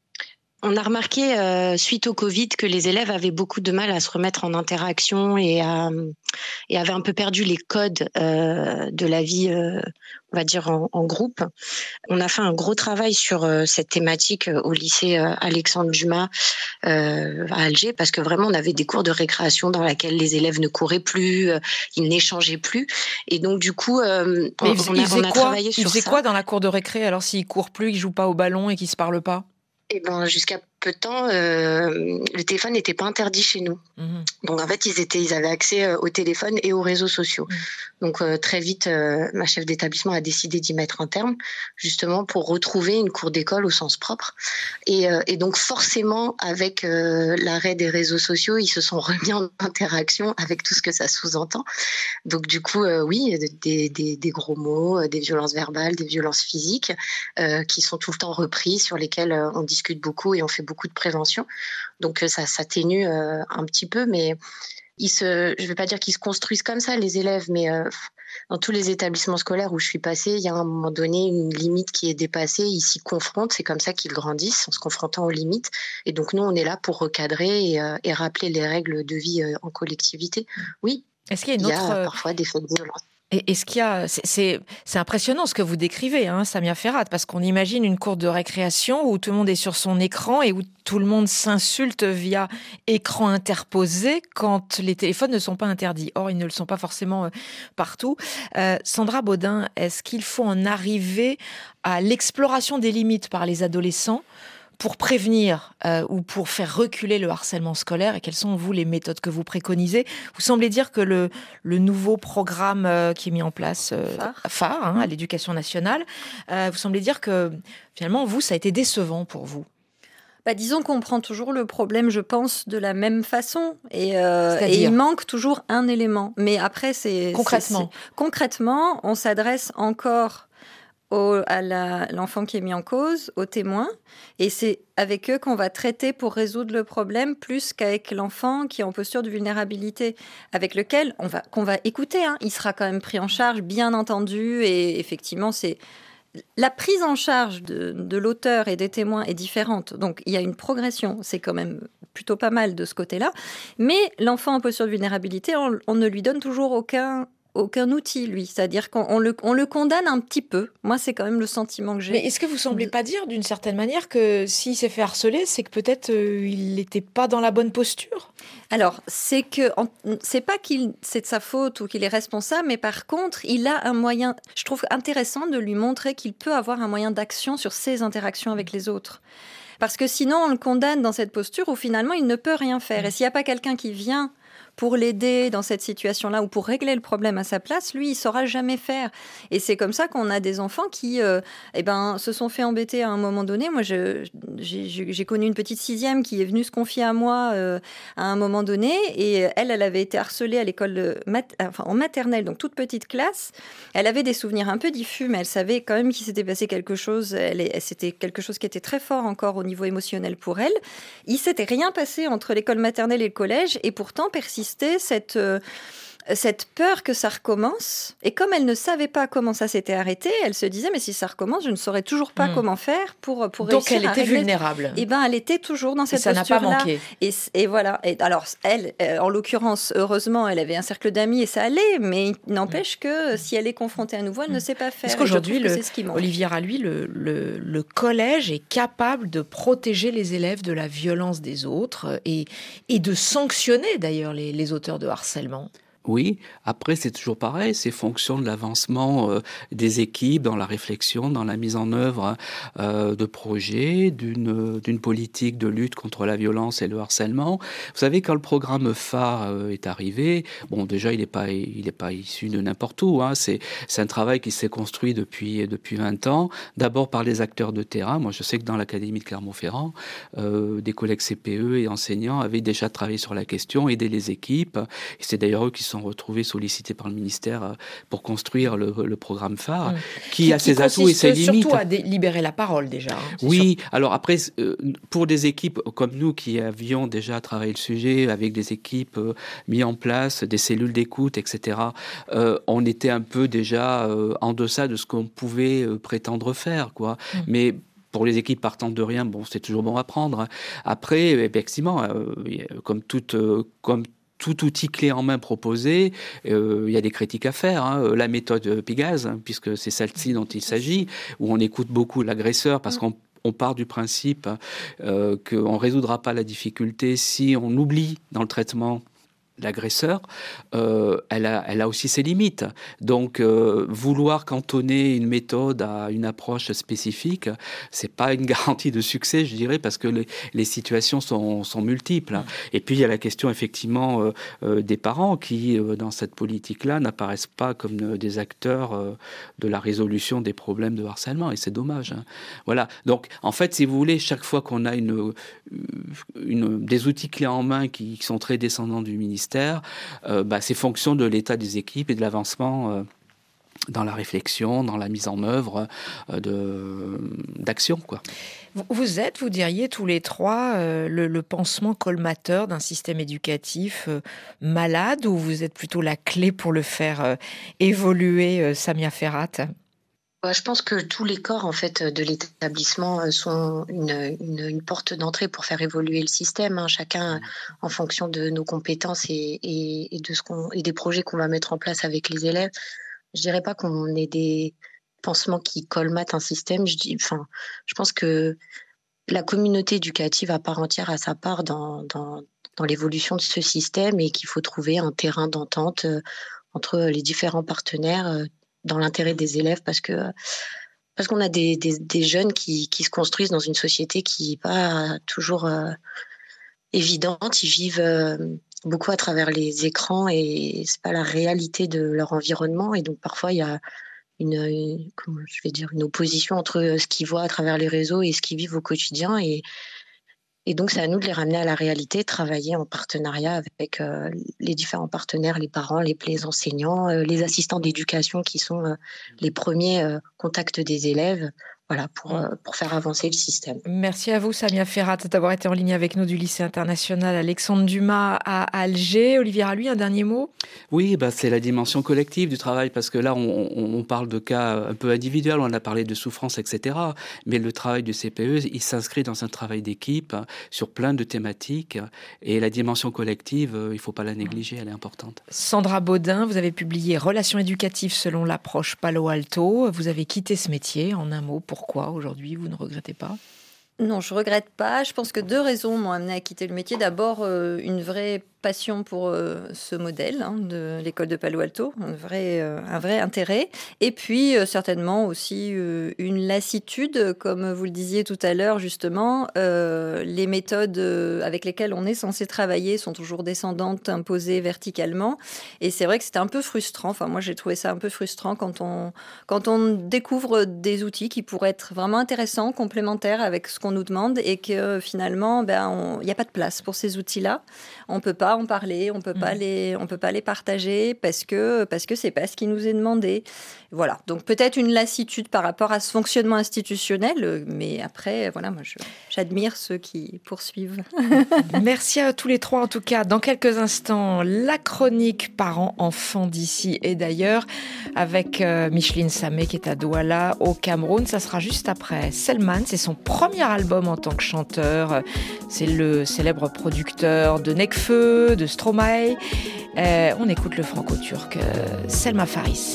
On a remarqué, suite au Covid, que les élèves avaient beaucoup de mal à se remettre en interaction et avaient un peu perdu les codes de la vie, on va dire, en groupe. On a fait un gros travail sur cette thématique au lycée Alexandre Dumas à Alger, parce que vraiment, on avait des cours de récréation dans lesquels les élèves ne couraient plus, ils n'échangeaient plus. Et donc, du coup, on a travaillé sur ça. Ils faisaient quoi dans la cour de récré, alors s'ils courent plus, ils jouent pas au ballon et qu'ils se parlent pas? Eh ben, jusqu'à peu de temps, le téléphone n'était pas interdit chez nous. Donc en fait, ils avaient accès au téléphone et aux réseaux sociaux. Donc très vite, ma chef d'établissement a décidé d'y mettre un terme, justement pour retrouver une cour d'école au sens propre. Et donc forcément, avec l'arrêt des réseaux sociaux, ils se sont remis en interaction avec tout ce que ça sous-entend. Donc du coup, oui, des gros mots, des violences verbales, des violences physiques, qui sont tout le temps repris, sur lesquels on discute beaucoup et on fait beaucoup de prévention. Donc ça s'atténue un petit peu, mais je ne vais pas dire qu'ils se construisent comme ça, les élèves, mais dans tous les établissements scolaires où je suis passée, il y a à un moment donné une limite qui est dépassée, ils s'y confrontent, c'est comme ça qu'ils grandissent, en se confrontant aux limites. Et donc nous, on est là pour recadrer et rappeler les règles de vie en collectivité. Oui, est-ce qu'il y a parfois des faits de violence. Et est-ce qu'il y a, c'est impressionnant ce que vous décrivez, Samia Ferhat, parce qu'on imagine une cour de récréation où tout le monde est sur son écran et où tout le monde s'insulte via écran interposé quand les téléphones ne sont pas interdits. Or, ils ne le sont pas forcément partout. Sandra Baudin, est-ce qu'il faut en arriver à l'exploration des limites par les adolescents pour prévenir ou pour faire reculer le harcèlement scolaire, et quelles sont, vous, les méthodes que vous préconisez? Vous semblez dire que le nouveau programme qui est mis en place, phare à l'éducation nationale, vous semblez dire que finalement, vous, ça a été décevant pour vous. Disons qu'on prend toujours le problème, je pense, de la même façon. Et il manque toujours un élément. Mais après, concrètement, on s'adresse encore à l'enfant qui est mis en cause, aux témoins, et c'est avec eux qu'on va traiter pour résoudre le problème, plus qu'avec l'enfant qui est en posture de vulnérabilité, avec lequel qu'on va écouter. Il sera quand même pris en charge, bien entendu, et effectivement, c'est la prise en charge de l'auteur et des témoins est différente. Donc, il y a une progression. C'est quand même plutôt pas mal de ce côté-là. Mais l'enfant en posture de vulnérabilité, on ne lui donne toujours aucun outil, lui. C'est-à-dire qu'on le condamne un petit peu. Moi, c'est quand même le sentiment que j'ai. Mais est-ce que vous semblez pas dire, d'une certaine manière, que s'il s'est fait harceler, c'est que peut-être il n'était pas dans la bonne posture ? Alors, c'est pas c'est de sa faute ou qu'il est responsable, mais par contre, il a un moyen, je trouve intéressant de lui montrer qu'il peut avoir un moyen d'action sur ses interactions avec les autres. Parce que sinon, on le condamne dans cette posture où finalement, il ne peut rien faire. Et s'il n'y a pas quelqu'un qui vient pour l'aider dans cette situation-là ou pour régler le problème à sa place, lui, il ne saura jamais faire. Et c'est comme ça qu'on a des enfants qui se sont fait embêter à un moment donné. Moi, j'ai connu une petite 6e qui est venue se confier à moi à un moment donné. Et elle avait été harcelée à l'école en maternelle, donc toute petite classe. Elle avait des souvenirs un peu diffus, mais elle savait quand même qu'il s'était passé quelque chose. C'était quelque chose qui était très fort encore au niveau émotionnel pour elle. Il ne s'était rien passé entre l'école maternelle et le collège. Et pourtant, persistait cette peur que ça recommence. Et comme elle ne savait pas comment ça s'était arrêté, elle se disait, mais si ça recommence, je ne saurais toujours pas comment faire pour réussir à Donc elle était vulnérable. Et elle était toujours dans cette posture-là. Ça n'a pas manqué. Et voilà. Et alors, elle, en l'occurrence, heureusement, elle avait un cercle d'amis et ça allait, mais il n'empêche que si elle est confrontée à nouveau, elle ne sait pas faire. Est-ce qu'aujourd'hui, Olivier Ralluy, le collège est capable de protéger les élèves de la violence des autres et de sanctionner d'ailleurs les auteurs de harcèlement ? Oui, après c'est toujours pareil, c'est fonction de l'avancement des équipes dans la réflexion, dans la mise en œuvre de projets, d'une politique de lutte contre la violence et le harcèlement. Vous savez, quand le programme phare est arrivé, bon déjà il est pas issu de n'importe où, hein, c'est un travail qui s'est construit depuis 20 ans, d'abord par les acteurs de terrain. Moi je sais que dans l'académie de Clermont-Ferrand, des collègues CPE et enseignants avaient déjà travaillé sur la question, aidé les équipes, et c'est d'ailleurs eux qui sont retrouvés sollicités par le ministère pour construire le programme phare, qui a ses atouts et ses limites. Surtout à libérer la parole déjà. Oui, alors après, pour des équipes comme nous qui avions déjà travaillé le sujet, avec des équipes mis en place, des cellules d'écoute, etc., on était un peu déjà en deçà de ce qu'on pouvait prétendre faire, quoi. Mais pour les équipes partant de rien, bon, c'est toujours bon à prendre. Après, effectivement, comme tout outil clé en main proposé, il y a des critiques à faire. Hein. La méthode Pégase, puisque c'est celle-ci dont il s'agit, où on écoute beaucoup l'agresseur parce qu'on part du principe qu'on ne résoudra pas la difficulté si on oublie dans le traitement l'agresseur, elle a aussi ses limites. Donc, vouloir cantonner une méthode à une approche spécifique, c'est pas une garantie de succès, je dirais, parce que les situations sont multiples. Et puis, il y a la question, effectivement, des parents qui, dans cette politique-là, n'apparaissent pas comme des acteurs de la résolution des problèmes de harcèlement, et c'est dommage. Hein. Voilà. Donc, en fait, si vous voulez, chaque fois qu'on a des outils clés en main qui sont très descendants du ministère, c'est fonction de l'état des équipes et de l'avancement dans la réflexion, dans la mise en œuvre d'actions, quoi. Vous diriez tous les trois, le pansement colmateur d'un système éducatif malade, ou vous êtes plutôt la clé pour le faire évoluer, Samia Ferhat ? Je pense que tous les corps en fait de l'établissement sont une porte d'entrée pour faire évoluer le système. Hein. Chacun en fonction de nos compétences et des projets qu'on va mettre en place avec les élèves. Je dirais pas qu'on ait des pansements qui colmatent un système. Je pense que la communauté éducative à part entière a sa part dans l'évolution de ce système et qu'il faut trouver un terrain d'entente entre les différents partenaires. Dans l'intérêt des élèves parce qu'on a des jeunes qui se construisent dans une société qui n'est pas toujours évidente. Ils vivent beaucoup à travers les écrans et c'est pas la réalité de leur environnement, et donc parfois il y a une opposition entre ce qu'ils voient à travers les réseaux et ce qu'ils vivent au quotidien, et donc, c'est à nous de les ramener à la réalité, travailler en partenariat avec les différents partenaires, les parents, les enseignants, les assistants d'éducation qui sont les premiers contacts des élèves, pour faire avancer le système. Merci à vous, Samia Ferrat, d'avoir été en ligne avec nous du lycée international Alexandre Dumas à Alger. Olivier Raluy, un dernier mot ? Oui, c'est la dimension collective du travail, parce que là, on parle de cas un peu individuels, on a parlé de souffrance, etc. Mais le travail du CPE, il s'inscrit dans un travail d'équipe sur plein de thématiques. Et la dimension collective, il ne faut pas la négliger, elle est importante. Sandra Baudin, vous avez publié « Relations éducatives selon l'approche Palo Alto ». Vous avez quitté ce métier, en un mot. Pourquoi aujourd'hui, vous ne regrettez pas ? Non, je ne regrette pas. Je pense que 2 raisons m'ont amené à quitter le métier. D'abord, une vraie passion pour ce modèle de l'école de Palo Alto, un vrai intérêt. Et puis, certainement aussi une lassitude, comme vous le disiez tout à l'heure, justement. Les méthodes avec lesquelles on est censé travailler sont toujours descendantes, imposées verticalement. Et c'est vrai que c'était un peu frustrant. Enfin, moi, j'ai trouvé ça un peu frustrant quand on découvre des outils qui pourraient être vraiment intéressants, complémentaires avec ce qu'on nous demande, et que finalement, il n'y a pas de place pour ces outils-là. On ne peut pas en parler, on peut pas les partager parce que c'est pas ce qui nous est demandé. Voilà. Donc peut-être une lassitude par rapport à ce fonctionnement institutionnel, mais après, voilà, moi j'admire ceux qui poursuivent. Merci à tous les 3 en tout cas. Dans quelques instants, la chronique parents-enfants d'ici et d'ailleurs avec Micheline Samé qui est à Douala au Cameroun. Ça sera juste après Selman. C'est son premier album en tant que chanteur. C'est le célèbre producteur de Nekfeu, de Stromae. On écoute le franco-turc Selma Faris.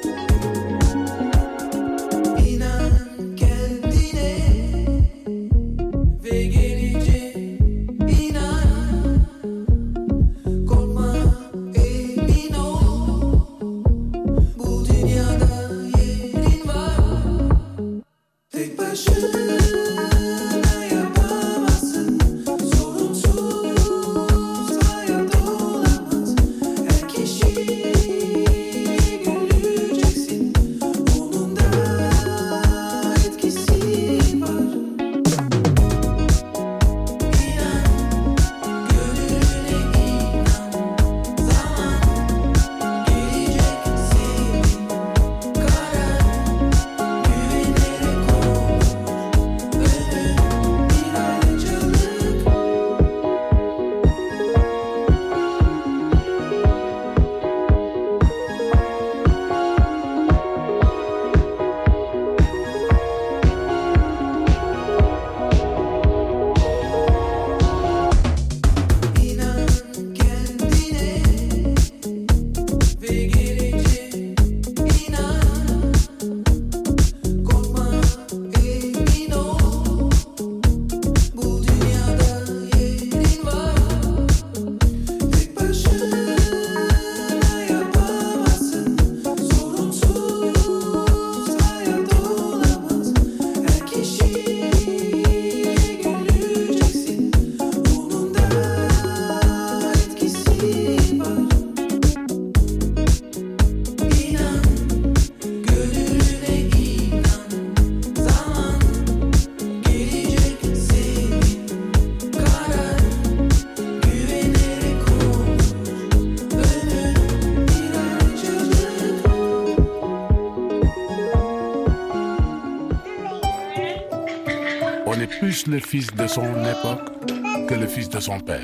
Plus le fils de son époque que le fils de son père.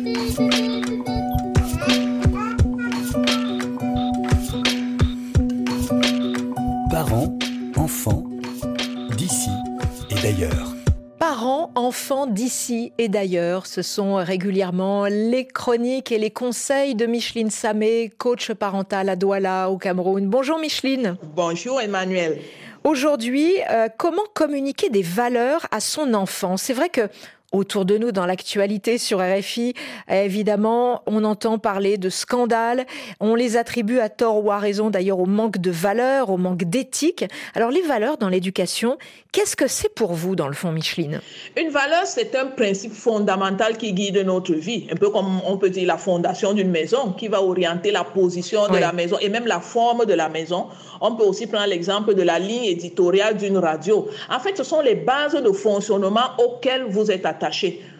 Parents, enfants, d'ici et d'ailleurs. Parents, enfants d'ici et d'ailleurs, ce sont régulièrement les chroniques et les conseils de Micheline Samé, coach parental à Douala au Cameroun. Bonjour Micheline. Bonjour Emmanuel. Aujourd'hui, comment communiquer des valeurs à son enfant ? C'est vrai que autour de nous, dans l'actualité sur RFI, évidemment, on entend parler de scandales. On les attribue à tort ou à raison, d'ailleurs, au manque de valeurs, au manque d'éthique. Alors, les valeurs dans l'éducation, qu'est-ce que c'est pour vous, dans le fond, Micheline ? Une valeur, c'est un principe fondamental qui guide notre vie. Un peu comme on peut dire la fondation d'une maison, qui va orienter la position de la maison et même la forme de la maison. On peut aussi prendre l'exemple de la ligne éditoriale d'une radio. En fait, ce sont les bases de fonctionnement auxquelles vous êtes attaché.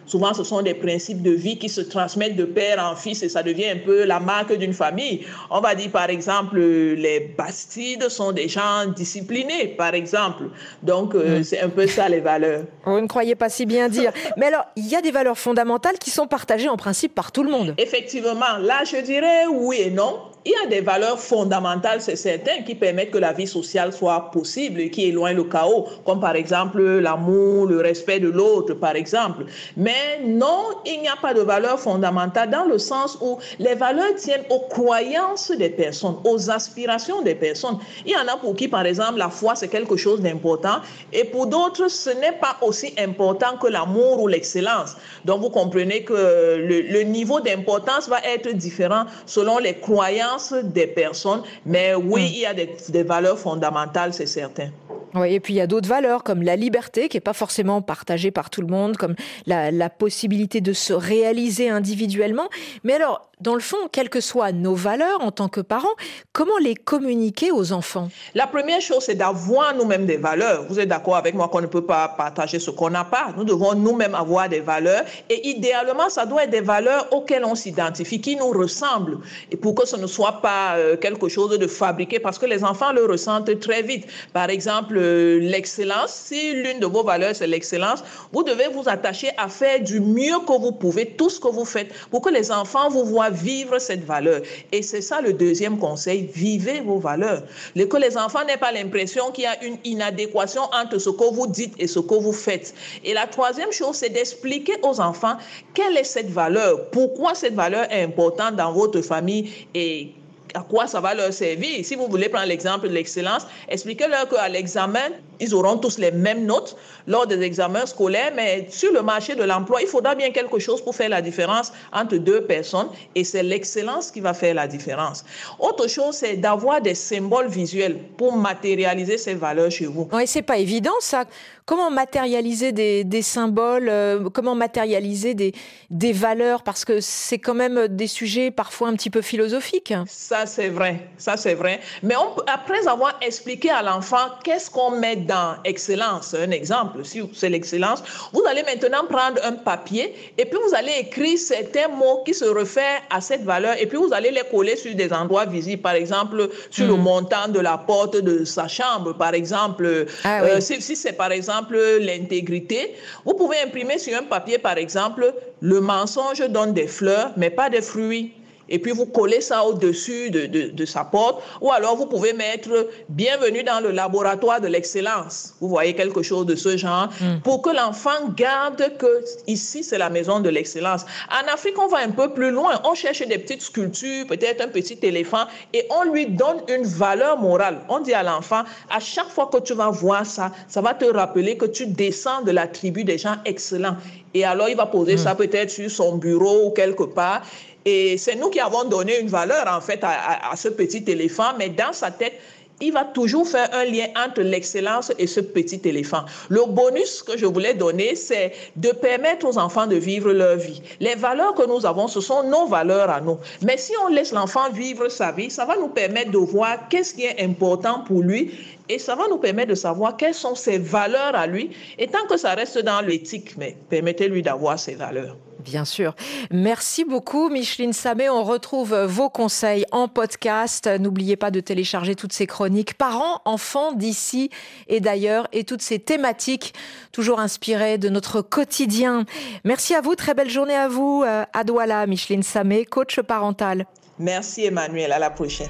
Souvent, ce sont des principes de vie qui se transmettent de père en fils et ça devient un peu la marque d'une famille. On va dire, par exemple, les Bastides sont des gens disciplinés, par exemple. Donc, c'est un peu ça, les valeurs. Vous ne croyez pas si bien dire. Mais alors, il y a des valeurs fondamentales qui sont partagées en principe par tout le monde. Effectivement, là, je dirais oui et non. Il y a des valeurs fondamentales, c'est certain, qui permettent que la vie sociale soit possible et qui éloignent le chaos, comme par exemple l'amour, le respect de l'autre, par exemple. Mais non, il n'y a pas de valeurs fondamentales dans le sens où les valeurs tiennent aux croyances des personnes, aux aspirations des personnes. Il y en a pour qui, par exemple, la foi, c'est quelque chose d'important et pour d'autres, ce n'est pas aussi important que l'amour ou l'excellence. Donc, vous comprenez que le niveau d'importance va être différent selon les croyances des personnes, mais oui, il y a des valeurs fondamentales, c'est certain. Oui, et puis il y a d'autres valeurs comme la liberté qui n'est pas forcément partagée par tout le monde, comme la possibilité de se réaliser individuellement. Mais alors, dans le fond, quelles que soient nos valeurs en tant que parents, comment les communiquer aux enfants? La première chose, c'est d'avoir nous-mêmes des valeurs. Vous êtes d'accord avec moi qu'on ne peut pas partager ce qu'on n'a pas. Nous devons nous-mêmes avoir des valeurs et idéalement, ça doit être des valeurs auxquelles on s'identifie, qui nous ressemblent et pour que ce ne soit pas quelque chose de fabriqué parce que les enfants le ressentent très vite. Par exemple, l'excellence, si l'une de vos valeurs c'est l'excellence, vous devez vous attacher à faire du mieux que vous pouvez, tout ce que vous faites, pour que les enfants vous voient vivre cette valeur. Et c'est ça le deuxième conseil, vivez vos valeurs. Que les enfants n'aient pas l'impression qu'il y a une inadéquation entre ce que vous dites et ce que vous faites. Et la troisième chose, c'est d'expliquer aux enfants quelle est cette valeur, pourquoi cette valeur est importante dans votre famille et à quoi ça va leur servir. Si vous voulez prendre l'exemple de l'excellence, expliquez-leur qu'à l'examen, ils auront tous les mêmes notes lors des examens scolaires, mais sur le marché de l'emploi, il faudra bien quelque chose pour faire la différence entre deux personnes et c'est l'excellence qui va faire la différence. Autre chose, c'est d'avoir des symboles visuels pour matérialiser ces valeurs chez vous. Oui, c'est pas évident ça. Comment matérialiser des symboles, comment matérialiser des valeurs, parce que c'est quand même des sujets parfois un petit peu philosophiques. Ça, c'est vrai. Mais après avoir expliqué à l'enfant qu'est-ce qu'on met dans excellence, un exemple, si c'est l'excellence, vous allez maintenant prendre un papier et puis vous allez écrire certains mots qui se réfèrent à cette valeur et puis vous allez les coller sur des endroits visibles, par exemple sur le montant de la porte de sa chambre, par exemple. Si c'est par exemple l'intégrité, vous pouvez imprimer sur un papier, par exemple, le mensonge donne des fleurs, mais pas des fruits. Et puis vous collez ça au-dessus de sa porte, ou alors vous pouvez mettre « Bienvenue dans le laboratoire de l'excellence ». Vous voyez quelque chose de ce genre, pour que l'enfant garde que ici c'est la maison de l'excellence. En Afrique, on va un peu plus loin, on cherche des petites sculptures, peut-être un petit éléphant, et on lui donne une valeur morale. On dit à l'enfant, à chaque fois que tu vas voir ça, ça va te rappeler que tu descends de la tribu des gens excellents. Et alors il va poser ça peut-être sur son bureau ou quelque part. Et c'est nous qui avons donné une valeur, en fait, à ce petit éléphant, mais dans sa tête, il va toujours faire un lien entre l'excellence et ce petit éléphant. Le bonus que je voulais donner, c'est de permettre aux enfants de vivre leur vie. Les valeurs que nous avons, ce sont nos valeurs à nous. Mais si on laisse l'enfant vivre sa vie, ça va nous permettre de voir qu'est-ce qui est important pour lui et ça va nous permettre de savoir quelles sont ses valeurs à lui. Et tant que ça reste dans l'éthique, mais permettez-lui d'avoir ses valeurs. Bien sûr. Merci beaucoup, Micheline Samé. On retrouve vos conseils en podcast. N'oubliez pas de télécharger toutes ces chroniques parents, enfants d'ici et d'ailleurs et toutes ces thématiques toujours inspirées de notre quotidien. Merci à vous. Très belle journée à vous. À Douala, Micheline Samé, coach parental. Merci, Emmanuel. À la prochaine.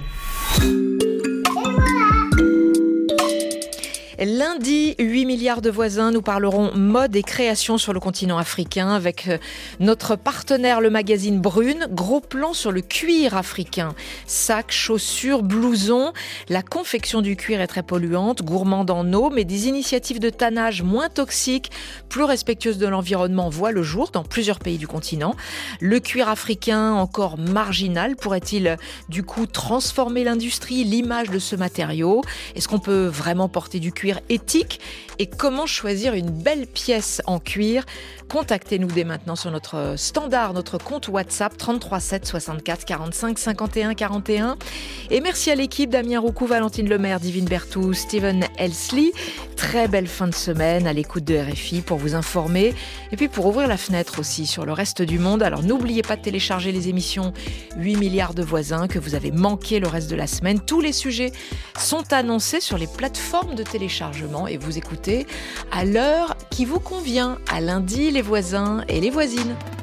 Lundi, 8 milliards de voisins, nous parlerons mode et création sur le continent africain avec notre partenaire, le magazine Brune. Gros plan sur le cuir africain. Sacs, chaussures, blousons. La confection du cuir est très polluante, gourmande en eau, mais des initiatives de tannage moins toxiques, plus respectueuses de l'environnement voient le jour dans plusieurs pays du continent. Le cuir africain, encore marginal, pourrait-il du coup transformer l'industrie, l'image de ce matériau? Est-ce qu'on peut vraiment porter du cuir éthique et comment choisir une belle pièce en cuir? Contactez-nous dès maintenant sur notre standard, notre compte WhatsApp 33 7 64 45 51 41. Et merci à l'équipe Damien Roucou, Valentine Lemaire, Divine Berthou, Steven Elsley. très belle fin de semaine à l'écoute de RFI pour vous informer et puis pour ouvrir la fenêtre aussi sur le reste du monde. Alors n'oubliez pas de télécharger les émissions 8 milliards de voisins que vous avez manqué le reste de la semaine. Tous les sujets sont annoncés sur les plateformes de téléchargement et vous écoutez à l'heure qui vous convient. À lundi les voisins et les voisines.